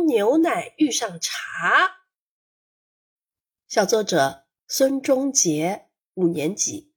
当牛奶遇上茶。小作者孙中杰，5年级。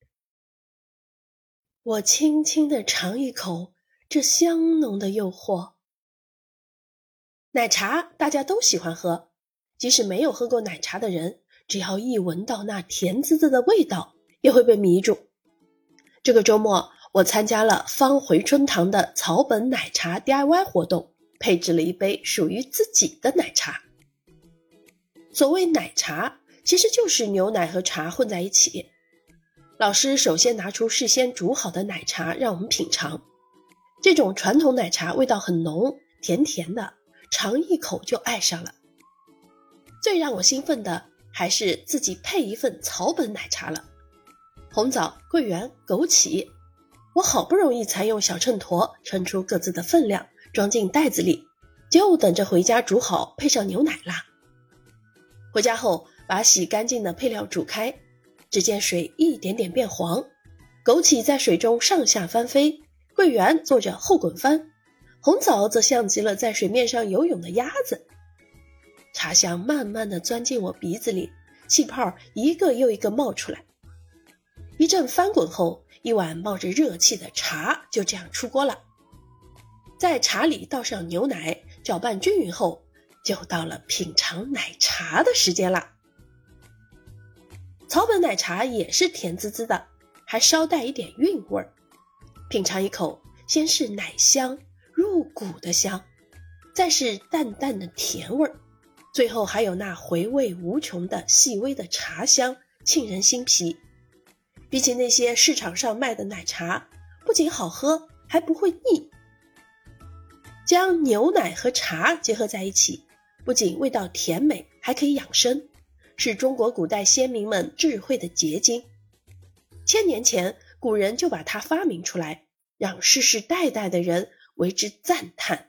我轻轻地尝一口这香浓的诱惑。奶茶大家都喜欢喝，即使没有喝过奶茶的人，只要一闻到那甜滋滋的味道，也会被迷住。这个周末，我参加了方回春堂的草本奶茶 DIY 活动，配置了一杯属于自己的奶茶。所谓奶茶，其实就是牛奶和茶混在一起。老师首先拿出事先煮好的奶茶让我们品尝。这种传统奶茶味道很浓，甜甜的，尝一口就爱上了。最让我兴奋的还是自己配一份草本奶茶了。红枣、桂圆、枸杞，我好不容易才用小秤砣称出各自的分量，装进袋子里，就等着回家煮好配上牛奶啦。回家后把洗干净的配料煮开，只见水一点点变黄，枸杞在水中上下翻飞，桂圆做着后滚翻，红枣则像极了在水面上游泳的鸭子。茶香慢慢地钻进我鼻子里，气泡一个又一个冒出来。一阵翻滚后，一碗冒着热气的茶就这样出锅了。在茶里倒上牛奶，搅拌均匀后，就到了品尝奶茶的时间啦。草本奶茶也是甜滋滋的，还稍带一点韵味儿。品尝一口，先是奶香，入骨的香，再是淡淡的甜味儿，最后还有那回味无穷的细微的茶香，沁人心脾。比起那些市场上卖的奶茶，不仅好喝，还不会腻。将牛奶和茶结合在一起，不仅味道甜美，还可以养生，是中国古代先民们智慧的结晶。1000年前，古人就把它发明出来，让世世代代的人为之赞叹。